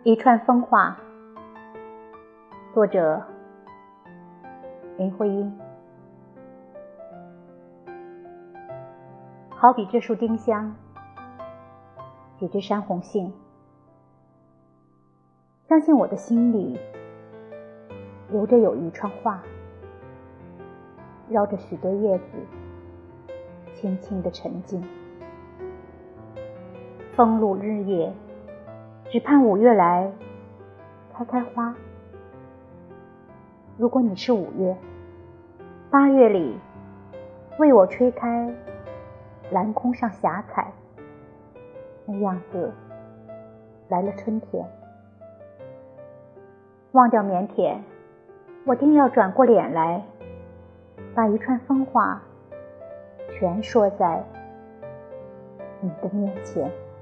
一串风话，作者林徽因。好比这束丁香，几枝山红杏，相信我的心里留着有一串话，绕着许多叶子轻轻地沉静。风露日夜，只盼5月来开开花。如果你是5月，8月里为我吹开蓝空上霞彩，那样子来了春天。忘掉腼腆，我定要转过脸来，把一串风话全说在你的面前。